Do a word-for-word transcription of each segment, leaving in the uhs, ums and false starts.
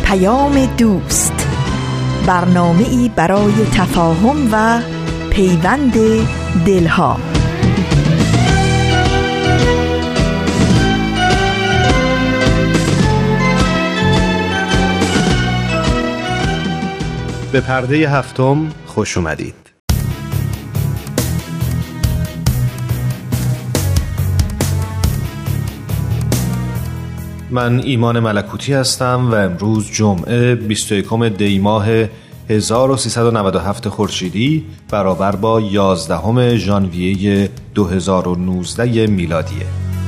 پیام دوست، برنامه‌ای برای تفاهم و پیوند دلها. به پرده هفتم خوش اومدید. من ایمان ملکوتی هستم و امروز جمعه بیست و یکم دی ماه هزار و سیصد و نود و هفت خورشیدی برابر با یازدهم ژانویه دو هزار و نوزده میلادیه.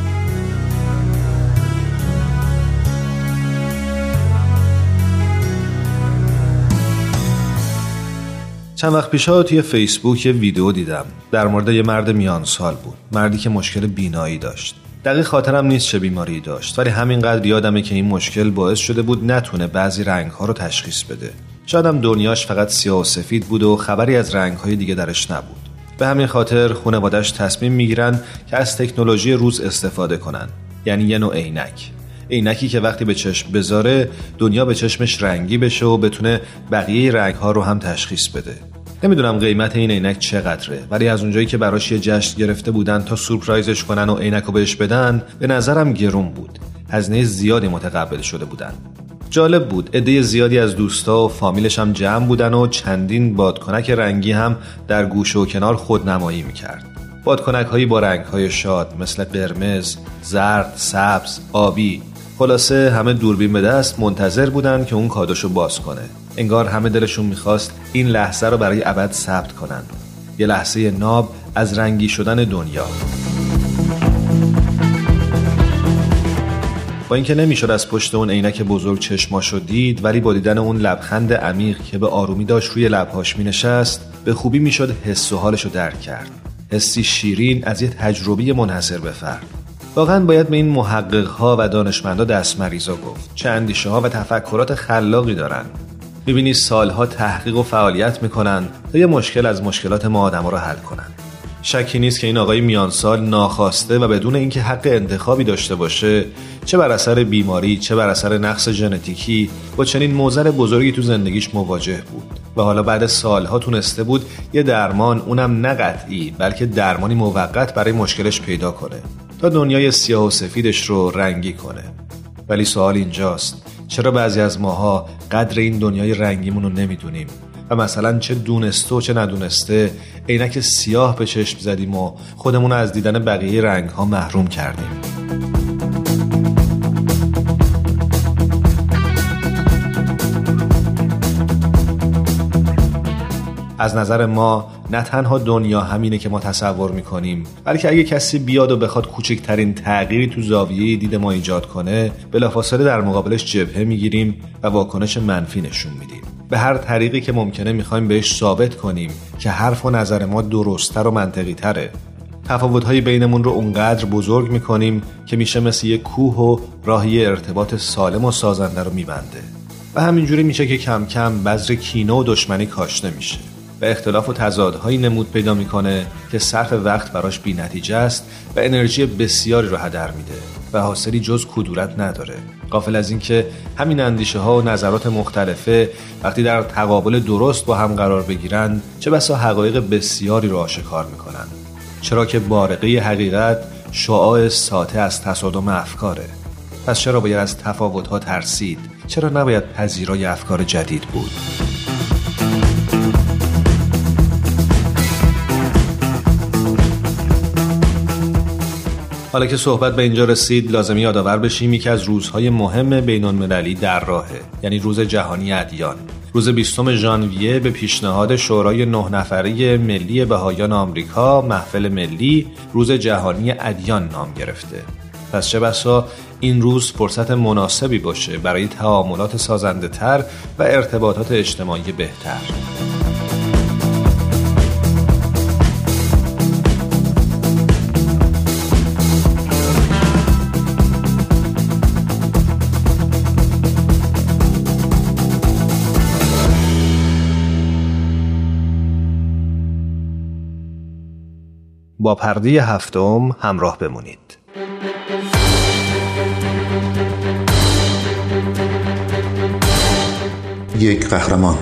چند وقت پیشا توی فیسبوک یه ویدیو دیدم در مورد یه مرد میان سال بود، مردی که مشکل بینایی داشت. دقیق خاطرم نیست چه بیماری داشت، ولی همینقدر یادمه که این مشکل باعث شده بود نتونه بعضی رنگ‌ها رو تشخیص بده. شاید هم دنیاش فقط سیاه و سفید بود و خبری از رنگ‌های دیگه درش نبود. به همین خاطر خانواده‌اش تصمیم میگیرن که از تکنولوژی روز استفاده کنن، یعنی یه نوع عینک. عینکی که وقتی به چشم بذاره دنیا به چشمش رنگی بشه و بتونه بقیه رنگ‌ها رو هم تشخیص بده. نمیدونم قیمت این عینک چقدره، ولی از اونجایی که براش یه جشن گرفته بودن تا سورپرایزش کنن و عینکو بهش بدن، به نظرم گرون بود. هزینه زیادی متقبل شده بودن. جالب بود، عده زیادی از دوستا و فامیلش هم جمع بودن و چندین بادکنک رنگی هم در گوشه و کنار خودنمایی میکرد. بادکنک هایی با رنگ های شاد مثل قرمز، زرد، سبز، آبی. خلاصه همه دوربین به دست منتظر بودن که اون کادوشو باز کنه. انگار همه دلشون میخواست این لحظه رو برای ابد ثبت کنن. یه لحظه ناب از رنگی شدن دنیا. با اینکه نمیشد از پشت اون عینک بزرگ چشماشو دید، ولی با دیدن اون لبخند عمیق که به آرومی داشت روی لبهاش مینشست، به خوبی میشد حس و حالشو درک کرد. حسی شیرین از یه تجربه منحصر به فرد. واقعا باید به این محقق‌ها و دانشمندا دست مریضا گفت. چه اندیشه‌ها و تفکرات خلاقی دارن. می‌بینی سالها تحقیق و فعالیت میکنن تا یه مشکل از مشکلات ما آدم‌ها رو حل کنن. شکی نیست که این آقای میانسال ناخواسته و بدون اینکه حق انتخابی داشته باشه، چه بر اثر بیماری چه بر اثر نقص ژنتیکی، با چنین معضل بزرگی تو زندگیش مواجه بود و حالا بعد سالها تونسته بود یه درمان، اونم نه قطعی بلکه درمانی موقت برای مشکلش پیدا کنه تا دنیای سیاه و سفیدش رو رنگی کنه. ولی سوال اینجاست، چرا بعضی از ماها قدر این دنیای رنگیمون رو نمیدونیم و مثلا چه دونسته و چه ندونسته عینک سیاه به چشم زدیم و خودمون رو از دیدن بقیه رنگ‌ها محروم کردیم. از نظر ما نه تنها دنیا همینه که ما تصور میکنیم، بلکه اگه کسی بیاد و بخواد کوچکترین تغییری تو زاویه دید ما ایجاد کنه، بلافاصله در مقابلش جبهه میگیریم و واکنش منفی نشون میدیم. به هر طریقی که ممکنه میخوایم بهش ثابت کنیم که حرف و نظر ما درست‌تر و منطقی تره. تفاوت‌های بینمون رو اونقدر بزرگ میکنیم که میشه مثل یک کوه و راهی ارتباط سالم و سازنده رو میبنده و همینجوری میشه که کم کم بذر کینه و دشمنی کاشته میشه و اختلاف و تضادهایی نمود پیدا میکنه که صرف وقت براش بی نتیجه است و انرژی بسیاری رو هدر میده و حاصلی جز کدورت نداره. غافل از این که همین اندیشه ها و نظرات مختلفه وقتی در تقابل درست با هم قرار بگیرن، چه بسا حقایق بسیاری رو آشکار میکنن. چرا که بارقه حقیقت شعاع ساطع از تصادم افکاره. پس چرا باید از تفاوت‌ها ترسید؟ چرا نباید پذیرای افکار جدید بود؟ حالا که صحبت به اینجا رسید، لازمی یادآور بشیم که از روزهای مهم بین‌المللی در راهه، یعنی روز جهانی ادیان. روز بیستم ژانویه به پیشنهاد شورای نه نفره ملی بهائیان آمریکا، محفل ملی روز جهانی ادیان نام گرفته. پس چه بسا این روز فرصت مناسبی باشه برای تعاملات سازنده تر و ارتباطات اجتماعی بهتر. با پرده هفتم همراه بمونید. یک قهرمان.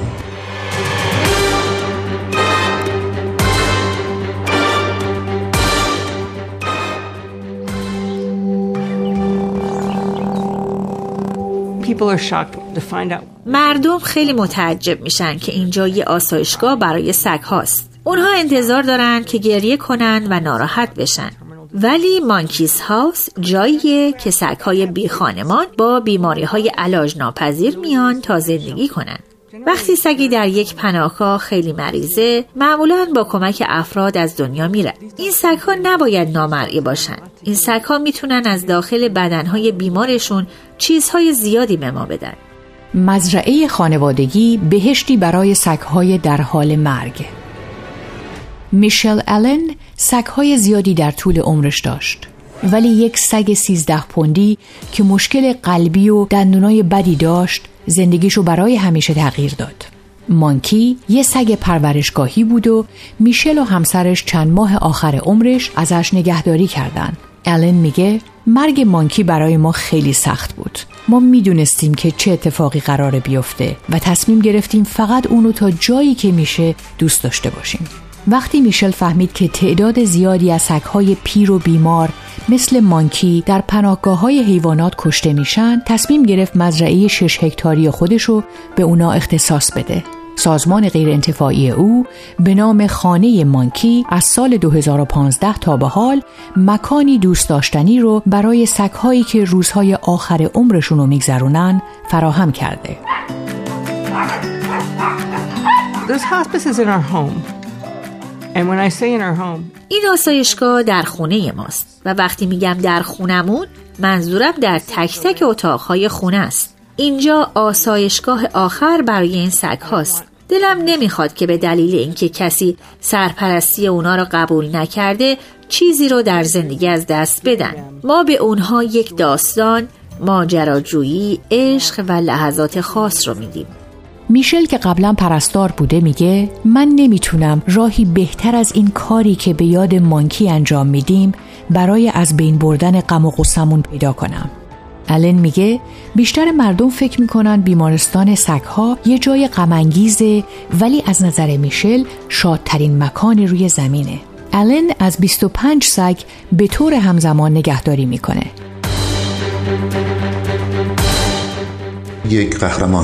مردم خیلی متعجب میشن که اینجا یه آسایشگاه برای سگ هاست. اونها انتظار دارن که گریه کنن و ناراحت بشن. ولی مانکیز هاوس جاییه که سگ‌های بی خانمان با بیماری‌های علاج ناپذیر میان تا زندگی کنن. وقتی سگی در یک پناهگاه خیلی مریضه، معمولاً با کمک افراد از دنیا میرن. این سگ‌ها نباید نامرئی باشن. این سگ‌ها میتونن از داخل بدن‌های بیمارشون چیزهای زیادی به ما بدن. مزرعه خانوادگی بهشتی برای سگ‌های در حال مرگ. میشل آلن سگ‌های زیادی در طول عمرش داشت، ولی یک سگ سیزده پوندی که مشکل قلبی و دندونای بدی داشت زندگیشو برای همیشه تغییر داد. مانکی یه سگ پرورشگاهی بود و میشل و همسرش چند ماه آخر عمرش ازش نگهداری کردن. آلن میگه مرگ مانکی برای ما خیلی سخت بود. ما میدونستیم که چه اتفاقی قراره بیفته و تصمیم گرفتیم فقط اونو تا جایی که میشه دوست داشته باشیم. وقتی میشل فهمید که تعداد زیادی از سگ‌های پیر و بیمار مثل مانکی در پناهگاه‌های حیوانات کشته میشن، تصمیم گرفت مزرعه شش هکتاری خودشو به اونا اختصاص بده. سازمان غیرانتفاعی او به نام خانه مانکی از سال دو هزار و پانزده تا به حال مکانی دوست داشتنی رو برای سگ‌هایی که روزهای آخر عمرشون رو میگذرونن فراهم کرده. This hospice is in our home. And when I say in our home, این آسایشگاه در خونه ماست و وقتی میگم در خونمون منظورم در تک تک اتاقهای خونه است. اینجا آسایشگاه آخر برای این سگ هاست. دلم نمیخواد که به دلیل اینکه کسی سرپرستی اونا رو قبول نکرده چیزی رو در زندگی از دست بدن. ما به اونها یک داستان، ماجراجویی، عشق و لحظات خاص رو میدیم. میشل که قبلا پرستار بوده میگه من نمیتونم راهی بهتر از این کاری که به یاد مانکی انجام میدیم برای از بین بردن غم و غصه‌مون پیدا کنم. آلن میگه بیشتر مردم فکر میکنن بیمارستان سگ‌ها یه جای غم انگیزه، ولی از نظر میشل شادترین مکان روی زمینه. آلن از بیست و پنج سگ به طور همزمان نگهداری میکنه. یک قهرمان.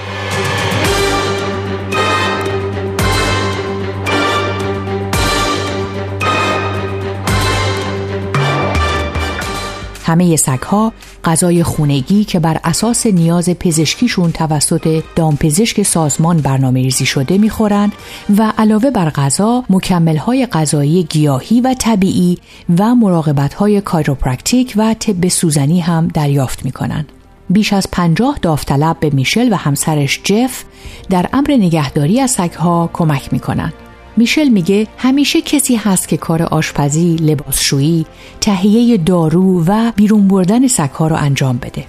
همه سگ‌ها غذای خونگی که بر اساس نیاز پزشکیشون توسط دامپزشک سازمان برنامه‌ریزی شده می‌خورن و علاوه بر غذا مکمل‌های غذایی گیاهی و طبیعی و مراقبت‌های کایروپرکتیک و طب سوزنی هم دریافت می‌کنن. بیش از پنجاه داوطلب به میشل و همسرش جف در امر نگهداری از سگ‌ها کمک می‌کنن. میشل میگه همیشه کسی هست که کار آشپزی، لباسشویی، تهیه دارو و بیرون بردن سگ‌ها رو انجام بده.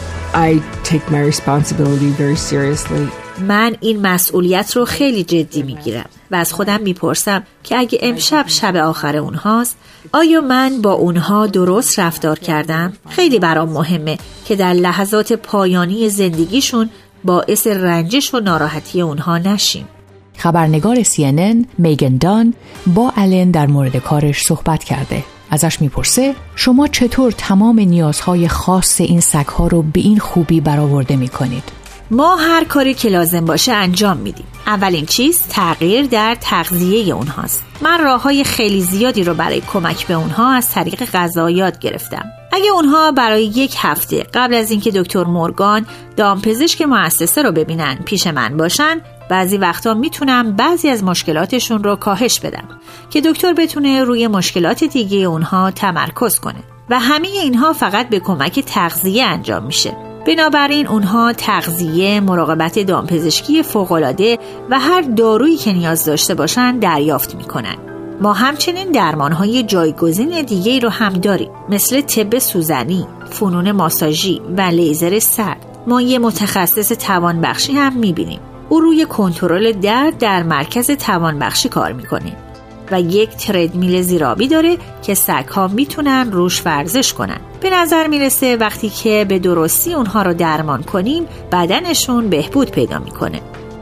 I take my responsibility very seriously. من این مسئولیت رو خیلی جدی میگیرم و از خودم میپرسم که اگه امشب شب آخر اونهاست، آیا من با اونها درست رفتار کردم؟ خیلی برام مهمه که در لحظات پایانی زندگیشون باعث رنجش و ناراحتی اونها نشیم. خبرنگار سی ان ان میگن دان با آلن در مورد کارش صحبت کرده. ازش میپرسه شما چطور تمام نیازهای خاص این سگ‌ها رو به این خوبی برآورده میکنید؟ ما هر کاری که لازم باشه انجام میدیم. اولین چیز تغییر در تغذیه اونهاست. من راههای خیلی زیادی رو برای کمک به اونها از طریق غذا یاد گرفتم. اگه اونها برای یک هفته قبل از اینکه دکتر مورگان دامپزشک مؤسسه رو ببینن پیش من باشن، بعضی وقتا میتونم بعضی از مشکلاتشون رو کاهش بدم که دکتر بتونه روی مشکلات دیگه اونها تمرکز کنه و همه اینها فقط به کمک تغذیه انجام میشه. بنابراین اونها تغذیه، مراقبت دامپزشکی فوق‌العاده و هر دارویی که نیاز داشته باشن دریافت میکنن. ما همچنین درمانهای جایگزین دیگه‌ای رو هم داریم، مثل طب سوزنی، فنون ماساژی و لیزر سرد. ما یه متخصص توانبخشی هم میبینیم. او روی کنترل درد در مرکز توانبخشی کار میکنه. و یک تردمیل زیرآبی داره که سگ‌ها میتونن روش ورزش کنن. به نظر میرسه وقتی که به درستی اونها رو درمان کنیم بدنشون بهبود پیدا میکنه.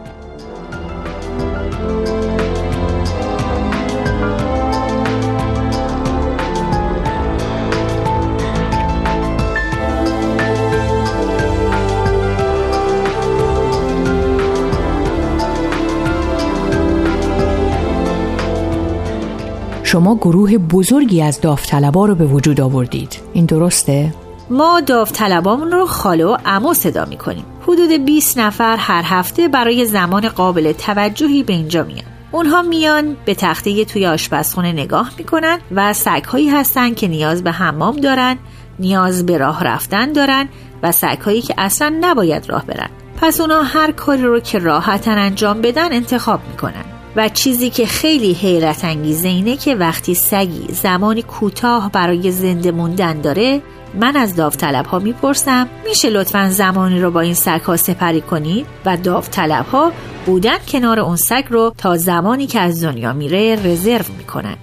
شما گروه بزرگی از داوطلبا رو به وجود آوردید. این درسته؟ ما داوطلبامون رو خاله و عمو صدا می‌کنیم. حدود بیست نفر هر هفته برای زمان قابل توجهی به اینجا میان. اونها میان به تخته توی آشپزخونه نگاه میکنن و سگ‌هایی هستن که نیاز به حمام دارن، نیاز به راه رفتن دارن و سگ‌هایی که اصلا نباید راه برن. پس اونها هر کاری رو که راحتن انجام بدن انتخاب میکنن. و چیزی که خیلی حیرت انگیزه اینه که وقتی سگی زمانی کوتاه برای زنده موندن داره، من از داوطلب‌ها میپرسم میشه لطفاً زمانی رو با این سگ‌ها سپری کنید و داوطلب‌ها بودن کنار اون سگ رو تا زمانی که از دنیا میره رزرو میکنن.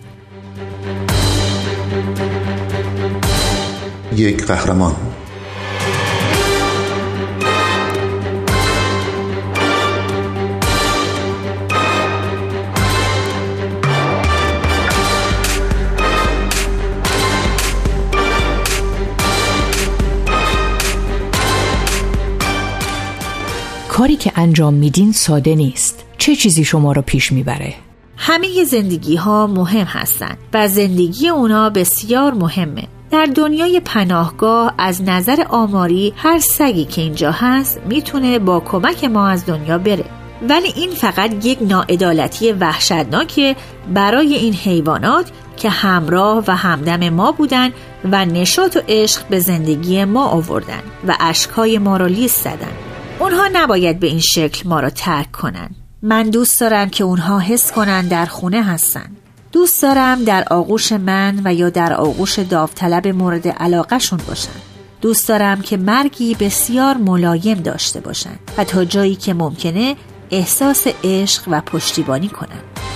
یک قهرمان. کاری که انجام میدین ساده نیست. چه چیزی شما رو پیش میبره؟ همه زندگی ها مهم هستن و زندگی اونا بسیار مهمه. در دنیای پناهگاه از نظر آماری هر سگی که اینجا هست میتونه با کمک ما از دنیا بره. ولی این فقط یک ناعدالتی وحشتناکه برای این حیوانات که همراه و همدم ما بودن و نشاط و عشق به زندگی ما آوردن و اشک‌های ما رو لیست زدن. اونها نباید به این شکل ما را ترک کنن. من دوست دارم که اونها حس کنن در خونه هستن. دوست دارم در آغوش من و یا در آغوش داوطلب مورد علاقه شون باشن. دوست دارم که مرگی بسیار ملایم داشته باشن و تا جایی که ممکنه احساس عشق و پشتیبانی کنن.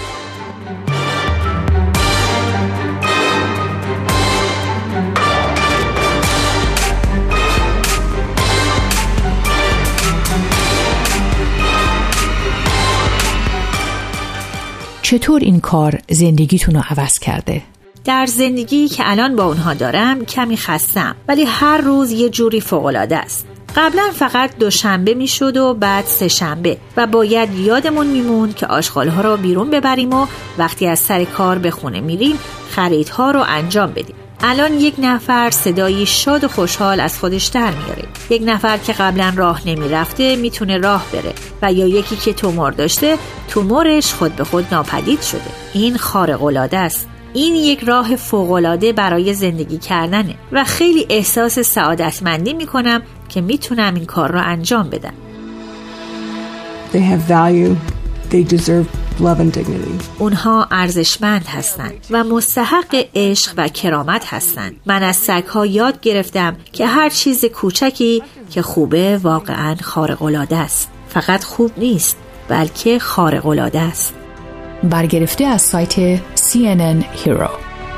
چطور این کار زندگیتون رو عوض کرده؟ در زندگی که الان با اونها دارم کمی خستم، ولی هر روز یه جوری فوق‌العاده است. قبلا فقط دوشنبه میشد و بعد سه شنبه و باید یادمون میموند که آشغال‌ها رو بیرون ببریم و وقتی از سر کار به خونه میریم خریدها رو انجام بدیم. الان یک نفر صدایی شاد و خوشحال از خودش در میاره. یک نفر که قبلا راه نمیرفته میتونه راه بره و یا یکی که تومور داشته تومورش خود به خود ناپدید شده. این خارق‌العاده است. این یک راه فوق‌العاده برای زندگی کردنه و خیلی احساس سعادتمندی میکنم که میتونم این کار رو انجام بدم. They have value. They deserve love and dignity. اونها ارزشمند هستند و مستحق عشق و کرامت هستند. من از سگ‌ها یاد گرفتم که هر چیز کوچکی که خوبه واقعاً خارق‌العاده است. فقط خوب نیست بلکه خارق‌العاده است. برگرفته از سایت سی ان ان Hero.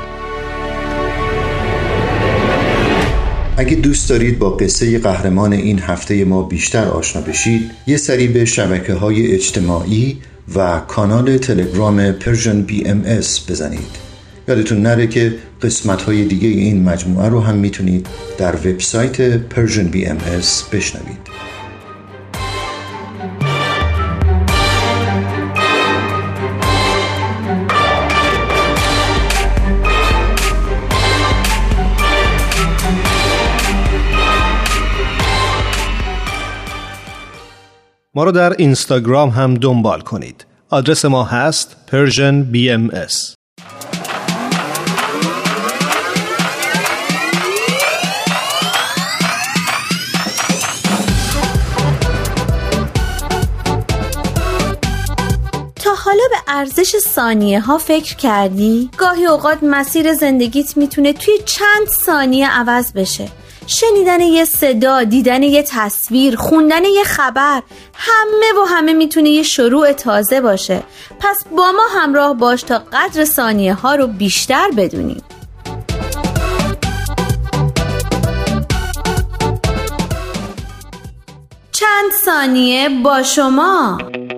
اگه دوست دارید با قصه قهرمان این هفته ما بیشتر آشنا بشید، یه سری به شبکه‌های اجتماعی و کانال تلگرام پرژن بی ام اس بزنید. یادتون نره که قسمت‌های دیگه این مجموعه رو هم میتونید در وبسایت پرژن بی ام اس بشنوید. ما رو در اینستاگرام هم دنبال کنید. آدرس ما هست پرژن بی ام اس. تا حالا به ارزش ثانیه ها فکر کردی؟ گاهی اوقات مسیر زندگیت میتونه توی چند ثانیه عوض بشه. شنیدن یه صدا، دیدن یه تصویر، خوندن یه خبر، همه و همه میتونه یه شروع تازه باشه. پس با ما همراه باش تا قدر ثانیه ها رو بیشتر بدونیم. چند ثانیه با شما.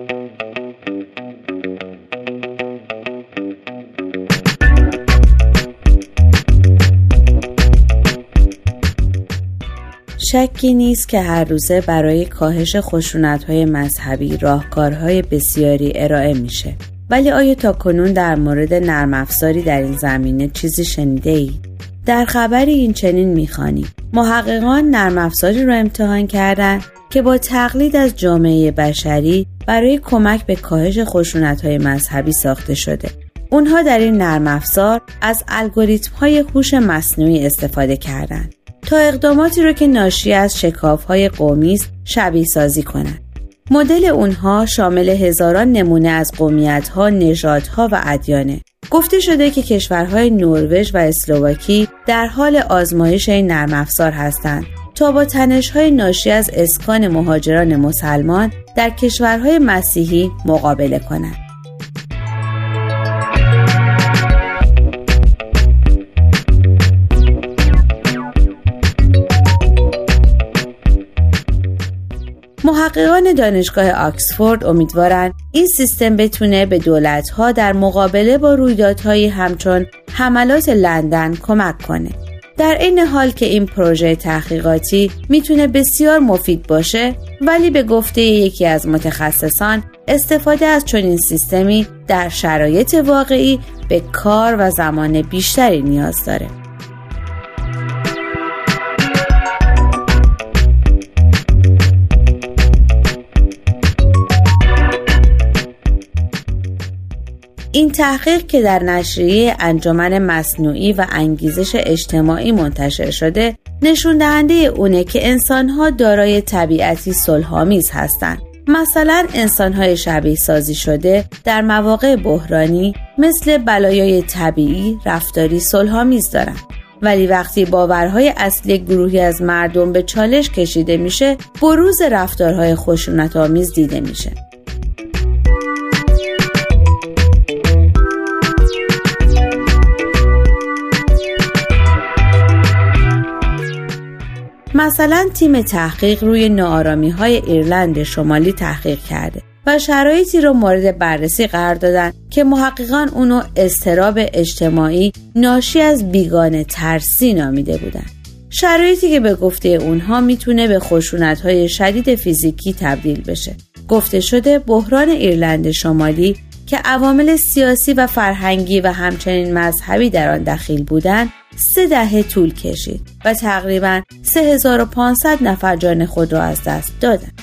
شکی نیست که هر روزه برای کاهش خشونت‌های مذهبی راهکارهای بسیاری ارائه میشه. ولی آیا تاکنون در مورد نرم افزاری در این زمینه چیزی شنیده اید؟ در خبری این چنین می‌خوانیم: محققان نرم افزاری را امتحان کردند که با تقلید از جامعه بشری برای کمک به کاهش خشونت‌های مذهبی ساخته شده. اونها در این نرم افزار از الگوریتم‌های هوش مصنوعی استفاده کردند تا اقداماتی رو که ناشی از شکاف‌های قومی است شبیه سازی کنند. مدل اونها شامل هزاران نمونه از قومیت‌ها، نژادها و ادیانه. گفته شده که کشورهای نروژ و اسلواکی در حال آزمایش این نرم افزار هستند تا با تنش‌های ناشی از اسکان مهاجران مسلمان در کشورهای مسیحی مقابله کنند. محققان دانشگاه آکسفورد امیدوارند این سیستم بتونه به دولت‌ها در مقابله با رویدادهایی همچون حملات لندن کمک کنه. در این حال که این پروژه تحقیقاتی میتونه بسیار مفید باشه، ولی به گفته یکی از متخصصان استفاده از چنین سیستمی در شرایط واقعی به کار و زمان بیشتری نیاز داره. این تحقیق که در نشریه انجمن مصنوعی و انگیزش اجتماعی منتشر شده نشون دهنده اونه که انسان‌ها دارای طبیعتی صلح‌آمیز هستند. مثلا انسان‌های شبیه سازی شده در مواقع بحرانی مثل بلایای طبیعی رفتاری صلح‌آمیز دارند. ولی وقتی باورهای اصلی گروهی از مردم به چالش کشیده میشه، بروز رفتارهای خشونت‌آمیز دیده میشه. مثلا تیم تحقیق روی ناآرامی‌های ایرلند شمالی تحقیق کرده و شرایطی رو مورد بررسی قرار دادن که محققان اونو اضطراب اجتماعی ناشی از بیگانه ترسی نامیده بودن. شرایطی که به گفته اونها میتونه به خشونت‌های شدید فیزیکی تبدیل بشه. گفته شده بحران ایرلند شمالی که عوامل سیاسی و فرهنگی و همچنین مذهبی در آن دخیل بودند، سه دهه طول کشید و تقریباً سه هزار و پانصد نفر جان خود را از دست دادند.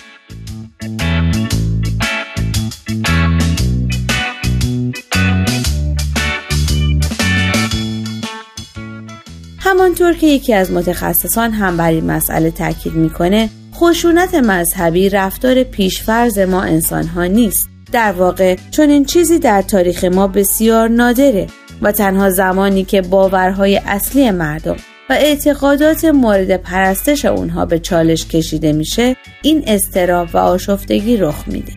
همانطور که یکی از متخصصان هم بر این مسئله تاکید میکنه، خشونت مذهبی رفتار پیشفرض ما انسان‌ها نیست. در واقع چون این چیزی در تاریخ ما بسیار نادره و تنها زمانی که باورهای اصلی مردم و اعتقادات مورد پرستش اونها به چالش کشیده میشه، این اضطراب و آشفتگی رخ میده.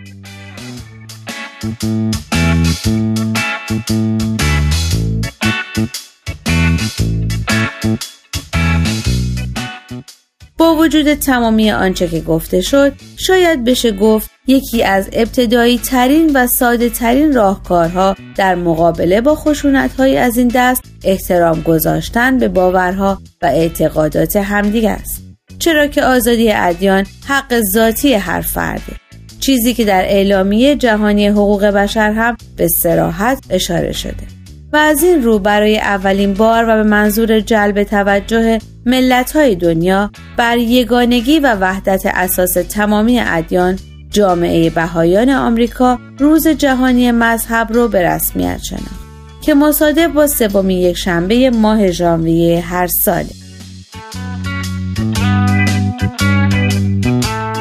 با وجود تمامی آنچه که گفته شد، شاید بشه گفت یکی از ابتدایی ترین و ساده ترین راهکارها در مقابله با خشونت‌های از این دست احترام گذاشتن به باورها و اعتقادات همدیگه است. چرا که آزادی ادیان حق ذاتی هر فرده، چیزی که در اعلامیه جهانی حقوق بشر هم به صراحت اشاره شده. و از این رو برای اولین بار و به منظور جلب توجه ملت‌های دنیا بر یگانگی و وحدت اساس تمامی ادیان، جامعه بهائیان آمریکا روز جهانی مذهب رو به رسمیت شناخت که مصادف با سومین یکشنبه ماه ژانویه هر ساله.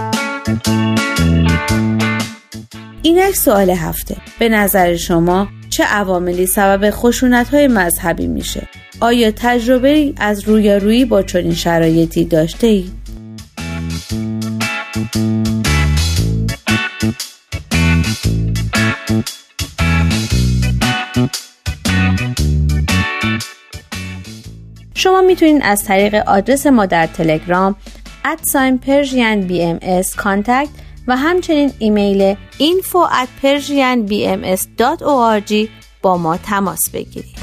اینک سوال هفته: به نظر شما چه عواملی سبب خشونت‌های مذهبی میشه؟ آیا تجربه‌ای از رویارویی با چنین شرایطی داشته‌اید؟ شما میتونید از طریق آدرس ما در تلگرام ات پرژین بی ام اس کانتکت و همچنین ایمیل اینفو ات پرژین بی ام اس دات او آر جی با ما تماس بگیرید.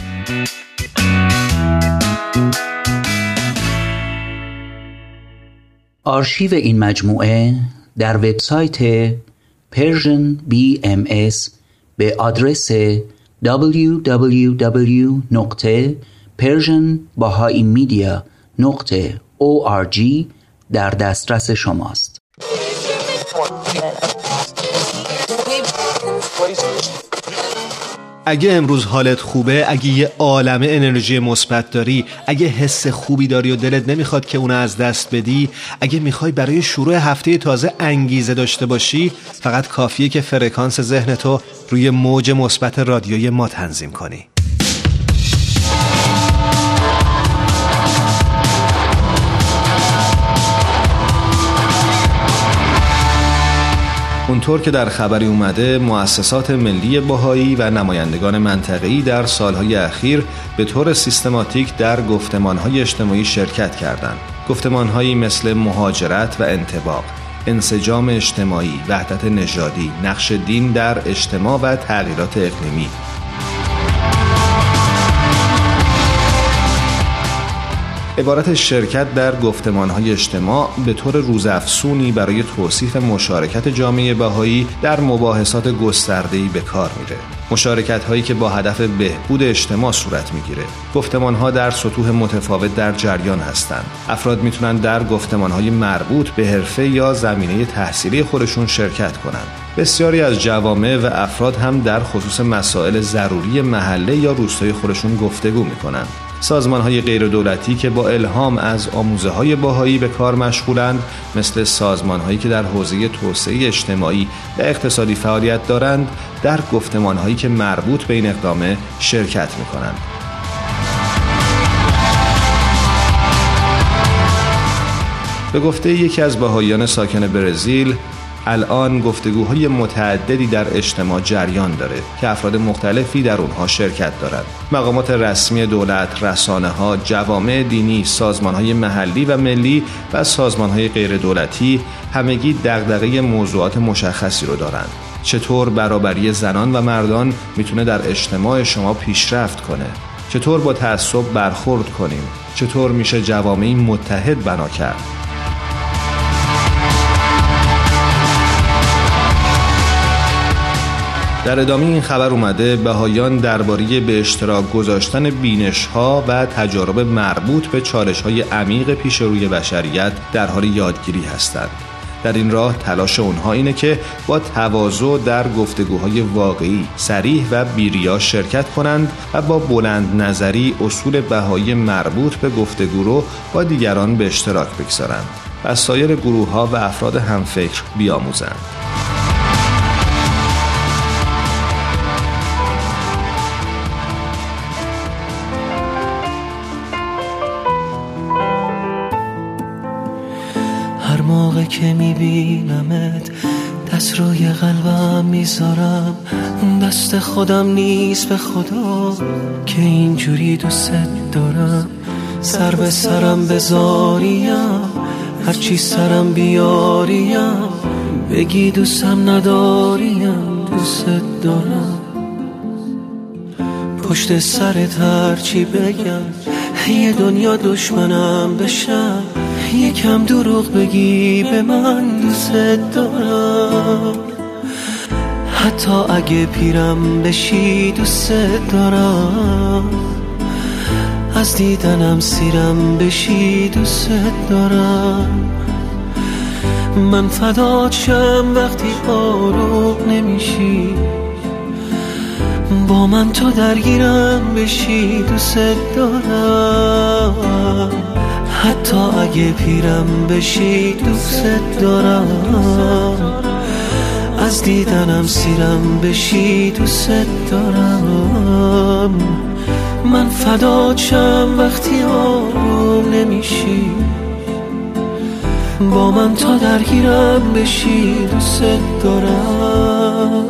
آرشیو این مجموعه در وبسایت Persian بی ام اس به آدرس دبلیو دبلیو دبلیو دات پرژن بهایی مدیا دات او آر جی در دسترس شماست. اگه امروز حالت خوبه، اگه یه عالمه انرژی مثبت داری، اگه حس خوبی داری و دلت نمیخواد که اونو از دست بدی، اگه میخوای برای شروع هفته تازه انگیزه داشته باشی، فقط کافیه که فرکانس ذهنتو روی موج مثبت رادیوی ما تنظیم کنی. اونطور که در خبری اومده، مؤسسات ملی بهایی و نمایندگان منطقه‌ای در سالهای اخیر به طور سیستماتیک در گفتمان‌های اجتماعی شرکت کردند. گفتمان‌هایی مثل مهاجرت و انطباق، انسجام اجتماعی، وحدت نژادی، نقش دین در اجتماع و تغییرات اقلیمی. عبارت شرکت در گفتمان‌های اجتماع به طور روزافزونی برای توصیف مشارکت جامعه بهایی در مباحثات گسترده‌ای به کار میره. مشارکت‌هایی که با هدف بهبود اجتماع صورت میگیره. گفتمان‌ها در سطوح متفاوت در جریان هستند. افراد میتونن در گفتمان‌های مربوط به حرفه یا زمینه تحصیلی خودشون شرکت کنند. بسیاری از جوامع و افراد هم در خصوص مسائل ضروری محله یا روستای خودشون گفتگو میکنند. سازمان‌های غیردولتی که با الهام از آموزه‌های بهایی به کار مشغولند، مثل سازمان‌هایی که در حوزه توسعه اجتماعی و اقتصادی فعالیت دارند، در گفتمان‌هایی که مربوط به این اقدام شرکت می‌کنند. به گفته یکی از بهاییان ساکن برزیل، الان گفتگوهای متعددی در اجتماع جریان داره که افراد مختلفی در اونها شرکت دارند. مقامات رسمی دولت، رسانه‌ها، جوامع دینی، سازمان‌های محلی و ملی و سازمان‌های غیر دولتی همگی دغدغه موضوعات مشخصی رو دارند. چطور برابری زنان و مردان میتونه در اجتماع شما پیشرفت کنه؟ چطور با تعصب برخورد کنیم؟ چطور میشه جوامعی متحد بنا کرد؟ در ادامه این خبر اومده بهایان درباره به اشتراک گذاشتن بینش‌ها و تجارب مربوط به چالش‌های عمیق پیش روی بشریت در حال یادگیری هستند. در این راه تلاش اونها اینه که با تواضع در گفتگوهای واقعی، صریح و بی‌ریا شرکت کنند و با بلند نظری اصول بهایی مربوط به گفتگو رو با دیگران به اشتراک بگذارند و از سایر گروه‌ها و افراد همفکر بیاموزند. هر موقع که میبینمت دست روی قلبم میذارم، دست خودم نیست به خدا که اینجوری دوست دارم. سر به سرم بذاریم، هرچی سرم بیاریم، بگی دوستم نداریم، دوست دارم. پشت سرت هرچی بگم، یه دنیا دشمنم بشم، یکم دروغ بگی به من دوست دارم. حتی اگه پیرم بشی دوست دارم، از دیدنم سیرم بشی دوست دارم. من فدات شم وقتی آروم نمیشی، با من تو درگیرم بشی دوست دارم. حتی اگه پیرم بشی دوست دارم، از دیدنم سیرم بشی دوست دارم. من فداچم وقتی آروم نمیشی، با من تا درگیرم بشی دوست دارم.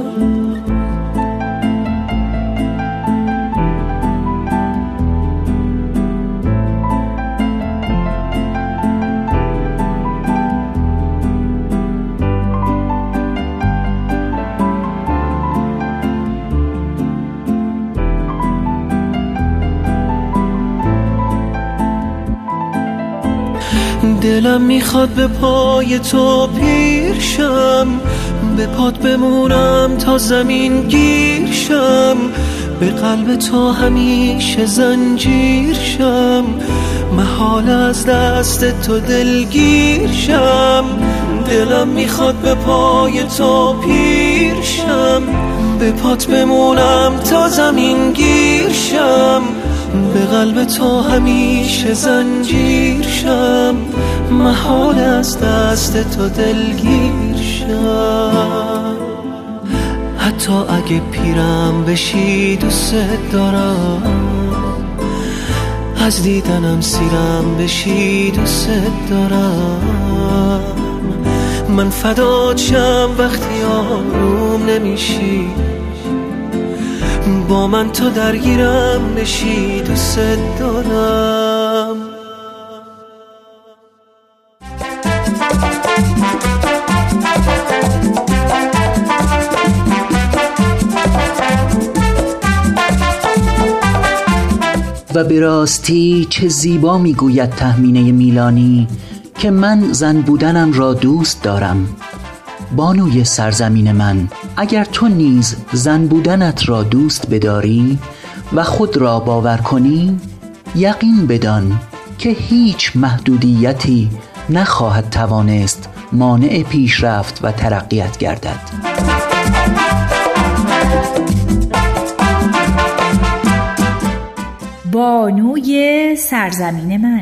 دلم میخواد به پای تو پیر شم، به پات بمونم تا زمین گیر شم، به قلب تو همیشه زنجیر شم، محال از دست تو دلگیر شم. دلم میخواد به پای تو پیر شم، به پات بمونم تا زمین گیر شم، به قلب تو همیشه زنجیر شم، محال از دست تو دلگیر شم. حتی اگه پیرم بشی دوست دارم، از دیدنم سیرم بشی دوست دارم. من فداچم وقتی آروم نمیشی، با من تو درگیرم بشی دوست دارم. و به راستی چه زیبا میگوید تهمینه میلانی که من زن بودنم را دوست دارم. بانوی سرزمین من، اگر تو نیز زن بودنت را دوست بداری و خود را باور کنی، یقین بدان که هیچ محدودیتی نخواهد توانست مانع پیشرفت و ترقیت گردد. بانوی سرزمین من.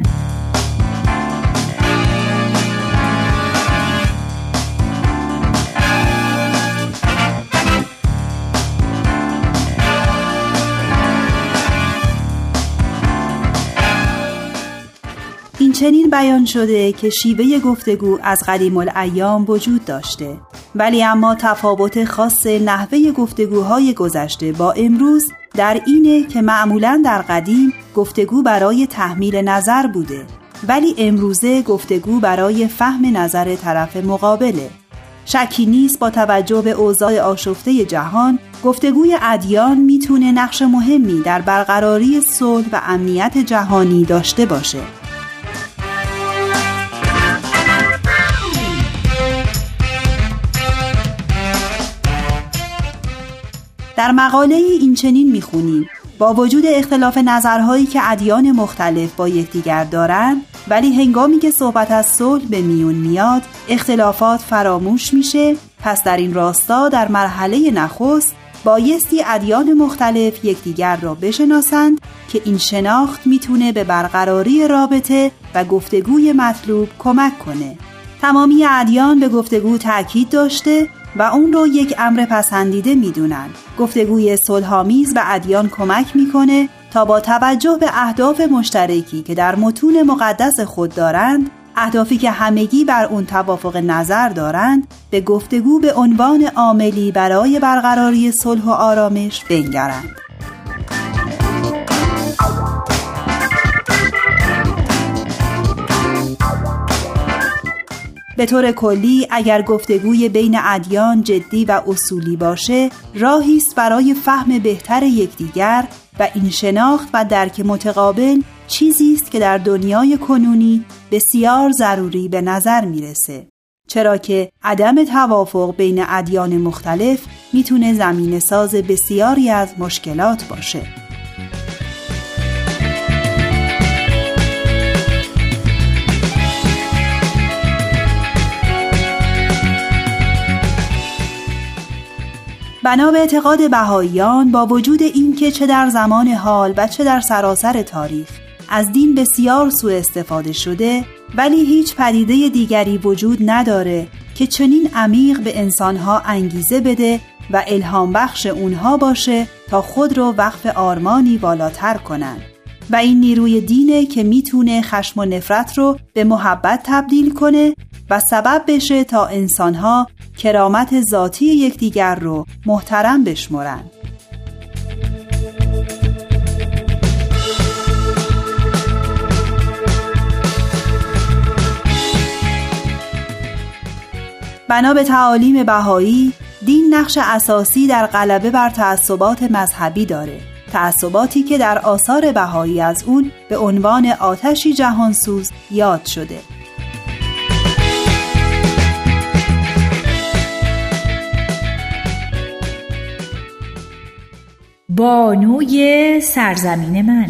این چنین بیان شده که شیوه گفتگو از قدیم الایام وجود داشته، ولی اما تفاوت خاص نحوه گفتگوهای گذشته با امروز در اینه که معمولاً در قدیم گفتگو برای تحمیل نظر بوده، ولی امروزه گفتگو برای فهم نظر طرف مقابله. شکی نیست با توجه به اوضاع آشفته جهان، گفتگوی ادیان میتونه نقش مهمی در برقراری صلح و امنیت جهانی داشته باشه. در مقاله این چنین میخونیم: با وجود اختلاف نظرهایی که ادیان مختلف با یکدیگر دارند، ولی هنگامی که صحبت از صلح به میون میاد، اختلافات فراموش میشه. پس در این راستا در مرحله نخست بایستی ادیان مختلف یکدیگر را بشناسند که این شناخت میتونه به برقراری رابطه و گفتگوی مطلوب کمک کنه. تمامی ادیان به گفتگو تأکید داشته و اون رو یک امر پسندیده میدونن. گفتگوی صلح‌آمیز به ادیان کمک میکنه تا با توجه به اهداف مشترکی که در متون مقدس خود دارند، اهدافی که همگی بر اون توافق نظر دارند، به گفتگو به عنوان عاملی برای برقراری صلح و آرامش بنگرند. به طور کلی اگر گفتگوی بین ادیان جدی و اصولی باشه، راهی است برای فهم بهتر یکدیگر و این شناخت و درک متقابل چیزی است که در دنیای کنونی بسیار ضروری به نظر میرسه، چرا که عدم توافق بین ادیان مختلف میتونه زمینه ساز بسیاری از مشکلات باشه. بنا به اعتقاد بهائیان، با وجود اینکه چه در زمان حال و چه در سراسر تاریخ از دین بسیار سوء استفاده شده، ولی هیچ پدیده دیگری وجود نداره که چنین عمیق به انسانها انگیزه بده و الهام بخش اونها باشه تا خود رو وقف آرمانی بالاتر کنن. و این نیروی دینه که میتونه خشم و نفرت رو به محبت تبدیل کنه و سبب بشه تا انسانها کرامت ذاتی یکدیگر رو محترم بشمرن. بنا به تعالیم بهایی، دین نقش اساسی در غلبه بر تعصبات مذهبی داره. تعصباتی که در آثار بهایی از اون به عنوان آتشی جهانسوز یاد شده. بانوی سرزمین من.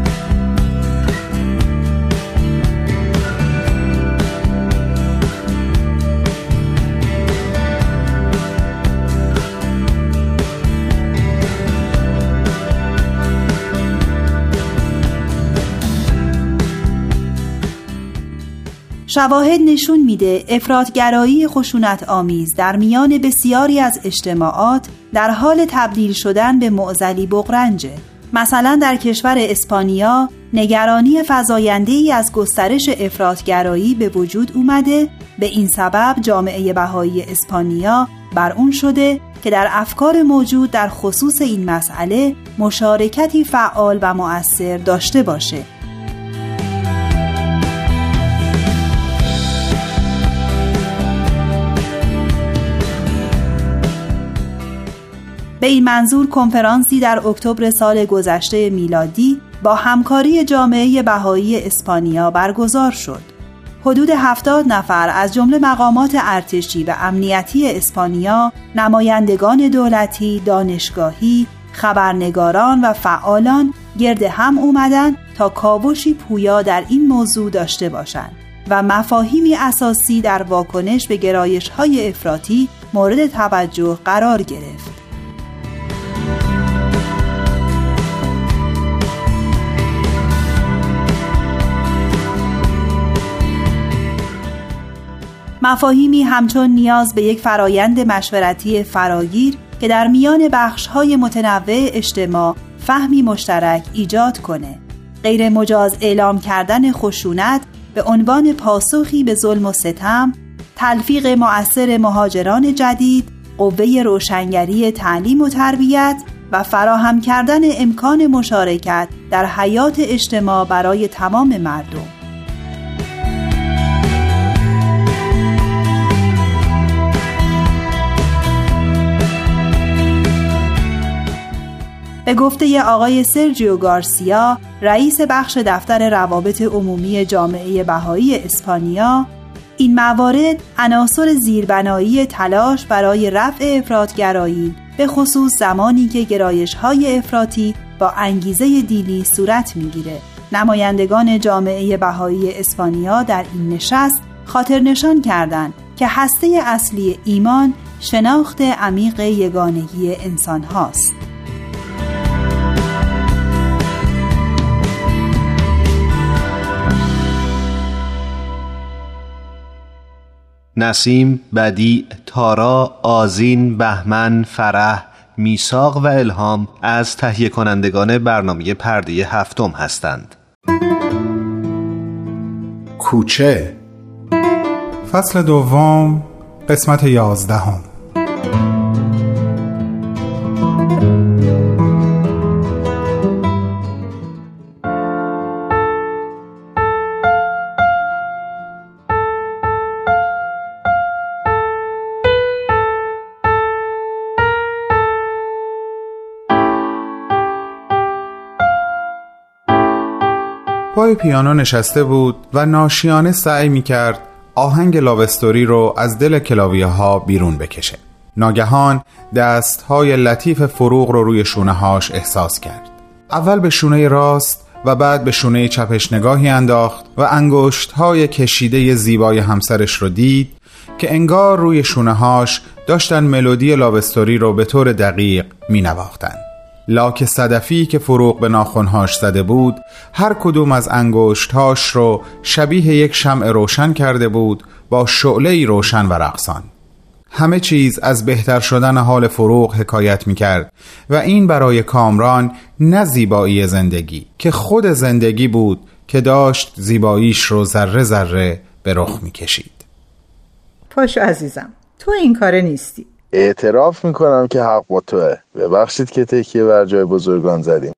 شواهد نشون میده افراطگرایی خشونت آمیز در میان بسیاری از اجتماعات در حال تبدیل شدن به معضلی بغرنجه. مثلا در کشور اسپانیا نگرانی فزاینده‌ای از گسترش افراطگرایی به وجود اومده. به این سبب جامعه بهایی اسپانیا بر اون شده که در افکار موجود در خصوص این مسئله مشارکتی فعال و مؤثر داشته باشه. به این منظور کنفرانسی در اکتبر سال گذشته میلادی با همکاری جامعه بهایی اسپانیا برگزار شد. حدود هفتاد نفر از جمله مقامات ارتشی و امنیتی اسپانیا، نمایندگان دولتی، دانشگاهی، خبرنگاران و فعالان گرد هم اومدن تا کاوشی پویا در این موضوع داشته باشند و مفاهیمی اساسی در واکنش به گرایش‌های افراطی مورد توجه قرار گرفت. مفاهیمی همچون نیاز به یک فرایند مشورتی فراگیر که در میان بخش‌های متنوع اجتماع فهمی مشترک ایجاد کنه، غیر مجاز اعلام کردن خشونت به عنوان پاسخی به ظلم و ستم، تلفیق مؤثر مهاجران جدید، قوه روشنگری تعلیم و تربیت و فراهم کردن امکان مشارکت در حیات اجتماع برای تمام مردم. به گفته آقای سرجیو گارسیا، رئیس بخش دفتر روابط عمومی جامعه بهایی اسپانیا، این موارد عناصر زیربنایی تلاش برای رفع افراطگرایی، به خصوص زمانی که گرایش‌های افراطی با انگیزه دینی صورت می‌گیره. نمایندگان جامعه بهایی اسپانیا در این نشست خاطر نشان کردند که هسته اصلی ایمان شناخت عمیق یگانگی انسان هاست. نسیم، بدیع، تارا، آذین، بهمن، فرح، میثاق و الهام از تهیه کنندگان برنامه پرده هفتم هستند. کوچه، فصل دوم، قسمت یازدهم. پای پیانو نشسته بود و ناشیانه سعی می‌کرد آهنگ لاوستوری رو از دل کلاویه ها بیرون بکشه. ناگهان دست‌های لطیف فروغ رو روی شونه‌هاش احساس کرد. اول به شونه راست و بعد به شونه چپش نگاهی انداخت و انگشت‌های کشیده زیبای همسرش رو دید که انگار روی شونه‌هاش داشتن ملودی لاوستوری رو به طور دقیق می‌نواختن. لاک صدفی که فروغ به ناخنهاش زده بود هر کدوم از انگشتهاش رو شبیه یک شمع روشن کرده بود با شعله‌ای روشن و رقصان. همه چیز از بهتر شدن حال فروغ حکایت می‌کرد و این برای کامران نه زیبایی زندگی که خود زندگی بود که داشت زیباییش رو ذره ذره به رخ می‌کشید. پاشو عزیزم، تو این کاره نیستی. اعتراف میکنم که حق با توه. ببخشید که تکیه بر جای بزرگان زدیم.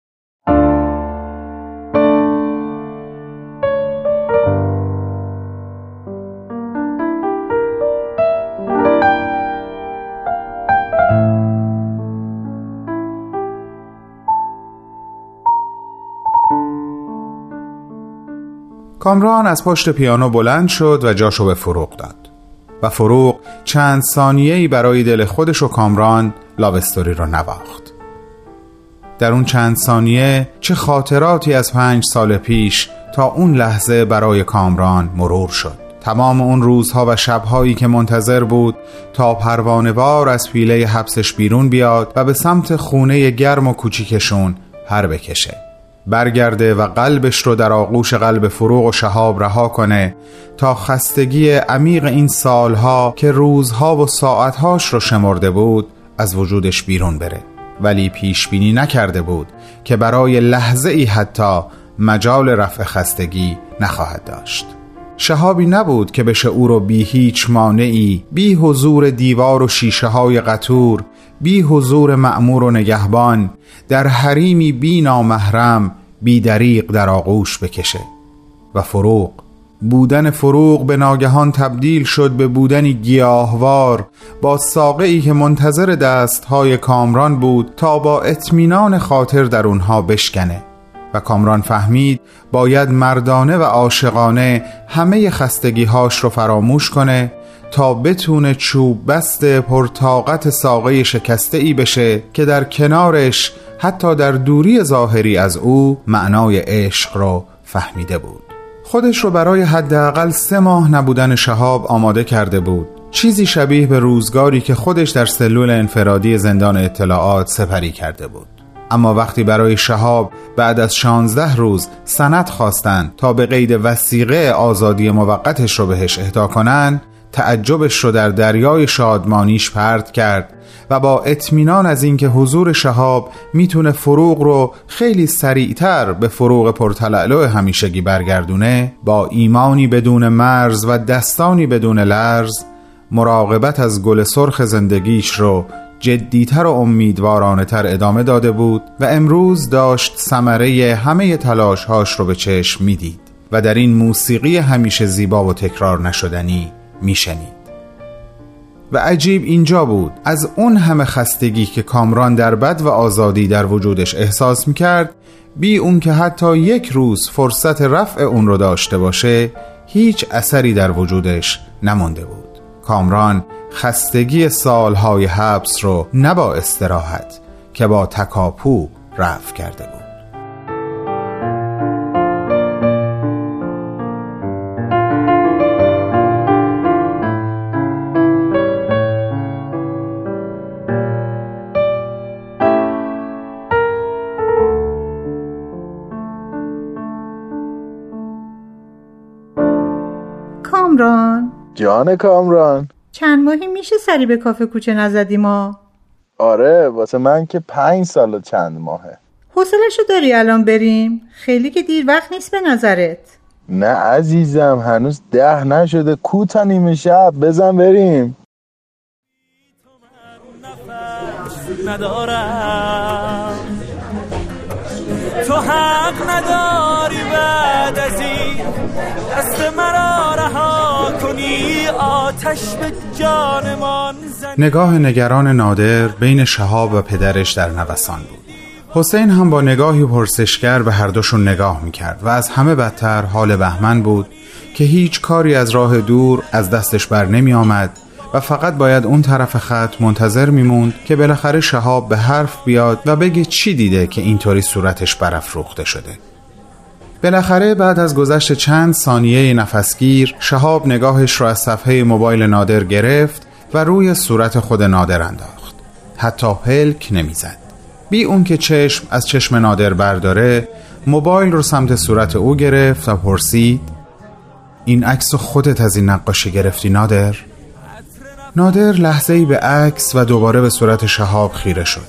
کامران از پشت پیانو بلند شد و جاشو به فروغ داد و فروغ چند ثانیه‌ای برای دل خودش و کامران لاو استوری رو نواخت. در اون چند ثانیه چه خاطراتی از پنج سال پیش تا اون لحظه برای کامران مرور شد. تمام اون روزها و شبهایی که منتظر بود تا پروانه‌وار از پیله حبسش بیرون بیاد و به سمت خونه گرم و کوچیکشون پر بکشه، برگرده و قلبش رو در آغوش قلب فروغ و شهاب رها کنه تا خستگی عمیق این سالها که روزها و ساعتهاش رو شمرده بود از وجودش بیرون بره. ولی پیش بینی نکرده بود که برای لحظه ای حتی مجال رفع خستگی نخواهد داشت. شهابی نبود که بشه او رو بی هیچ مانعی، بی حضور دیوار و شیشه های قطور، بی حضور مأمور و نگهبان، در حریمی بی نامحرم، بی دریغ در آغوش بکشه. و فروغ، بودن فروغ به ناگهان تبدیل شد به بودنی گیاهوار با ساقه‌ای که منتظر دستهای کامران بود تا با اطمینان خاطر در اونها بشکنه. و کامران فهمید باید مردانه و عاشقانه همه خستگی‌هاش رو فراموش کنه تا بتونه چوب بست پرطاقت ساقه شکسته‌ای بشه که در کنارش حتی در دوری ظاهری از او معنای عشق رو فهمیده بود. خودش رو برای حداقل سه ماه نبودن شهاب آماده کرده بود، چیزی شبیه به روزگاری که خودش در سلول انفرادی زندان اطلاعات سپری کرده بود. اما وقتی برای شهاب بعد از شانزده روز سند خواستن تا به قید وثیقه آزادی موقتش رو بهش اهدا کنن، تعجبش رو در دریای شادمانیش پرت کرد و با اطمینان از اینکه حضور شهاب میتونه فروغ رو خیلی سریعتر به فروغ پرتلألؤ همیشگی برگردونه، با ایمانی بدون مرز و دستانی بدون لرز مراقبت از گل سرخ زندگیش رو جدیتر و امیدوارانه تر ادامه داده بود و امروز داشت ثمره همه تلاشهاش رو به چشم میدید و در این موسیقی همیشه زیبا و تکرار نشدنی میشنید. و عجیب اینجا بود، از اون همه خستگی که کامران در بد و آزادی در وجودش احساس میکرد، بی اون که حتی یک روز فرصت رفع اون رو داشته باشه، هیچ اثری در وجودش نمونده بود. کامران خستگی سالهای حبس رو نه با استراحت که با تکاپو رفع کرده بود. کامران جان کامران، چند ماهی میشه سری به کافه کوچه نزدی ما؟ آره، واسه من که پنج سال و چند ماهه. حوصله‌شو داری الان بریم؟ خیلی که دیر وقت نیست به نظرت؟ نه عزیزم، هنوز ده نشده، کو تا نیمه شب، بزن بریم. ندارم تو حق نداری بعد از این دست مرا رها کنی، آتش به جانمان زنی. نگاه نگران نادر بین شهاب و پدرش در نوسان بود. حسین هم با نگاهی پرسشگر به هر دوشون نگاه میکرد و از همه بدتر حال بهمن بود که هیچ کاری از راه دور از دستش بر نمی آمد و فقط باید اون طرف خط منتظر میموند که بالاخره شهاب به حرف بیاد و بگه چی دیده که اینطوری صورتش برافروخته شده. بالاخره بعد از گذشت چند ثانیه نفسگیر، شهاب نگاهش رو از صفحه موبایل نادر گرفت و روی صورت خود نادر انداخت. حتی پلک نمیزد. بی اون که چشم از چشم نادر برداره موبایل رو سمت صورت او گرفت و پرسید این عکس خودت از این نقاشی گرفتی نادر؟ نادر لحظه‌ای به عکس و دوباره به صورت شهاب خیره شد.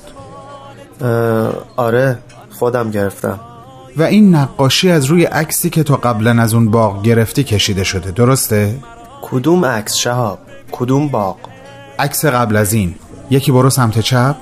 آره خودم گرفتم. و این نقاشی از روی عکسی که تو قبلا از اون باغ گرفتی کشیده شده، درسته؟ کدوم عکس شهاب؟ کدوم باغ؟ عکس قبل از این. یکی برو سمت چپ.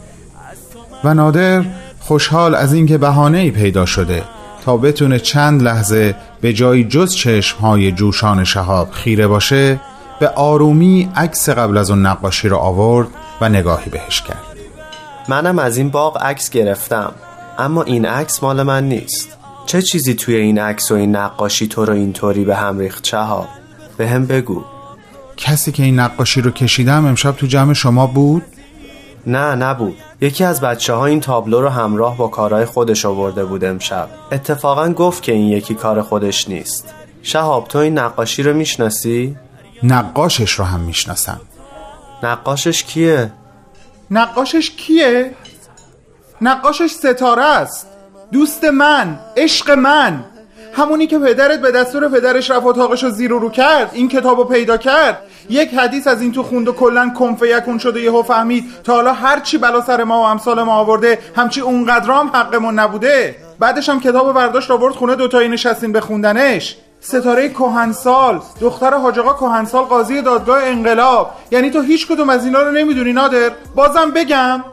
و نادر خوشحال از اینکه بهانه‌ای پیدا شده تا بتونه چند لحظه به جای جز چشم‌های جوشان شهاب خیره باشه، به آرومی عکس قبل از اون نقاشی رو آورد و نگاهی بهش کرد. منم از این باغ عکس گرفتم، اما این عکس مال من نیست. چه چیزی توی این عکس و این نقاشی تو رو اینطوری به هم ریخت شهاب؟ به هم بگو. کسی که این نقاشی رو کشیدم امشب تو جمع شما بود؟ نه نبود. یکی از بچه ها این تابلو رو همراه با کارهای خودش آورده بود امشب. اتفاقا گفت که این یکی کار خودش نیست. شهاب تو این نقاشی رو میشناسی؟ نقاشش رو هم میشناسم. نقاشش کیه؟ نقاشش کیه؟ نقاشش ستاره است، دوست من، عشق من، همونی که پدرت به دستور پدرش رفت اتاقش رو زیر و رو کرد، این کتاب رو پیدا کرد، یک حدیث از این تو خوند و کلن کنفه یکون شده یهو فهمید تا حالا هرچی بلا سر ما و امثال ما آورده همچی اونقدرام حقمون نبوده. بعدش هم کتاب برداشت آورد خونه، دوتایی نشستین بخوندنش. ستاره کهنسال، دختر حاج آقا کهنسال قاضی دادگاه انقلاب. یعنی تو هیچ کدوم از اینا رو نمیدونی نادر؟ بازم بگم؟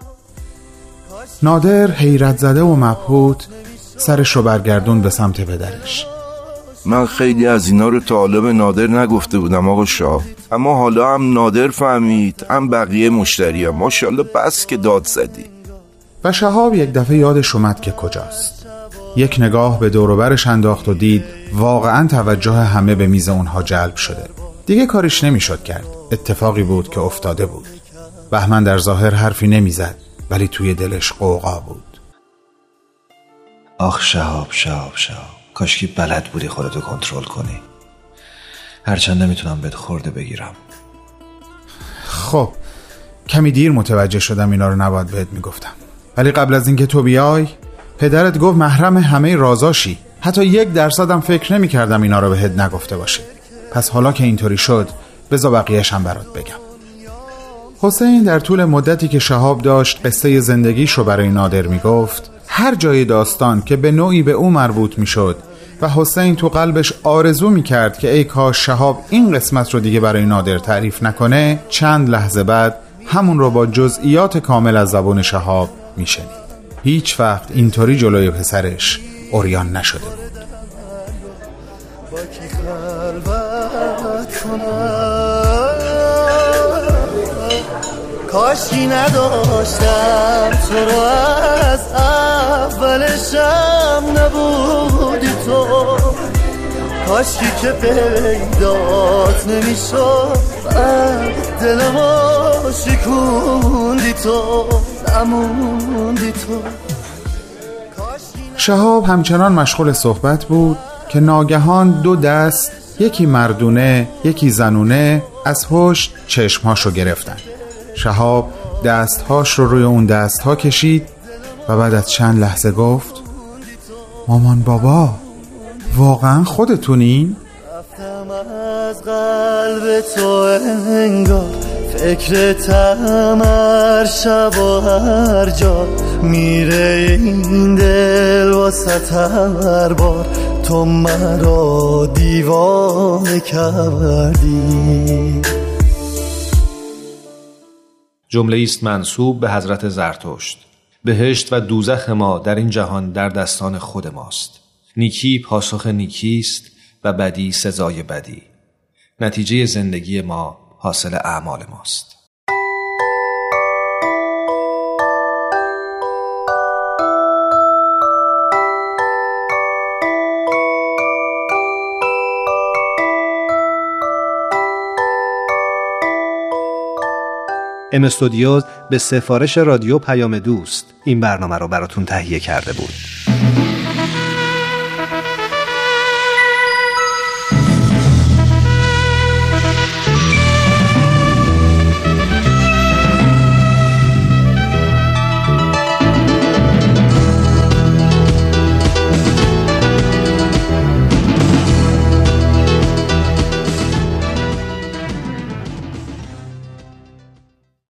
نادر حیرت زده و مبهوت سرش رو برگردون به سمت پدرش. من خیلی از اینا رو تا حالا به نادر نگفته بودم آقا شاه، اما حالا هم نادر فهمید هم بقیه مشتری هم. ماشاءالله بس که داد زدی. و شهاب یک دفعه یادش اومد که کجاست. یک نگاه به دور و برش انداخت و دید واقعا توجه همه به میز اونها جلب شده. دیگه کارش نمیشد کرد. اتفاقی بود که افتاده بود. بهمن در ظاهر حرفی نمیزد ولی توی دلش قوقا بود. آخ شهاب شهاب شهاب، کاش که بلد بودی خودتو کنترل کنی. هرچند نمیتونم بهت خورده بگیرم. خب کمی دیر متوجه شدم اینا رو نباید بهت میگفتم، ولی قبل از اینکه تو بیای پدرت گفت محرم همه رازاشی. حتی یک درصدم فکر نمی کردم اینا رو بهت نگفته باشه. پس حالا که اینطوری شد بذار بقیه‌ش هم برات بگم. حسین در طول مدتی که شهاب داشت قصه زندگیش رو برای نادر می گفت، هر جای داستان که به نوعی به او مربوط می شد و حسین تو قلبش آرزو می کرد که ای کاش شهاب این قسمت رو دیگه برای نادر تعریف نکنه، چند لحظه بعد همون رو با جزئیات کامل از زبان شهاب می شنید. هیچ وقت اینطوری جلوی پسرش عریان نشده بود. کاشی نداشتم تو رو از اولشم نبودی تو، کاشی که پیدات نمیشد دلمو شکوندی تو، نموندی تو. شهاب همچنان مشغول صحبت بود که ناگهان دو دست، یکی مردونه یکی زنونه، از پشت چشمهاشو گرفتن. شهاب دستهاش رو روی اون دستها کشید و بعد از چند لحظه گفت مامان بابا واقعا خودتونین؟ رفتم از قلب تو انگار، فکرتم هر شب و هر جا، میره این دل واسه هر بار، تو مرا دیوانه کردی. جمله است منسوب به حضرت زرتشت. بهشت و دوزخ ما در این جهان در دستان خود ماست. نیکی پاسخ نیکیست و بدی سزای بدی. نتیجه زندگی ما حاصل اعمال ماست. ام استودیوز به سفارش رادیو پیام دوست این برنامه رو براتون تهیه کرده بود.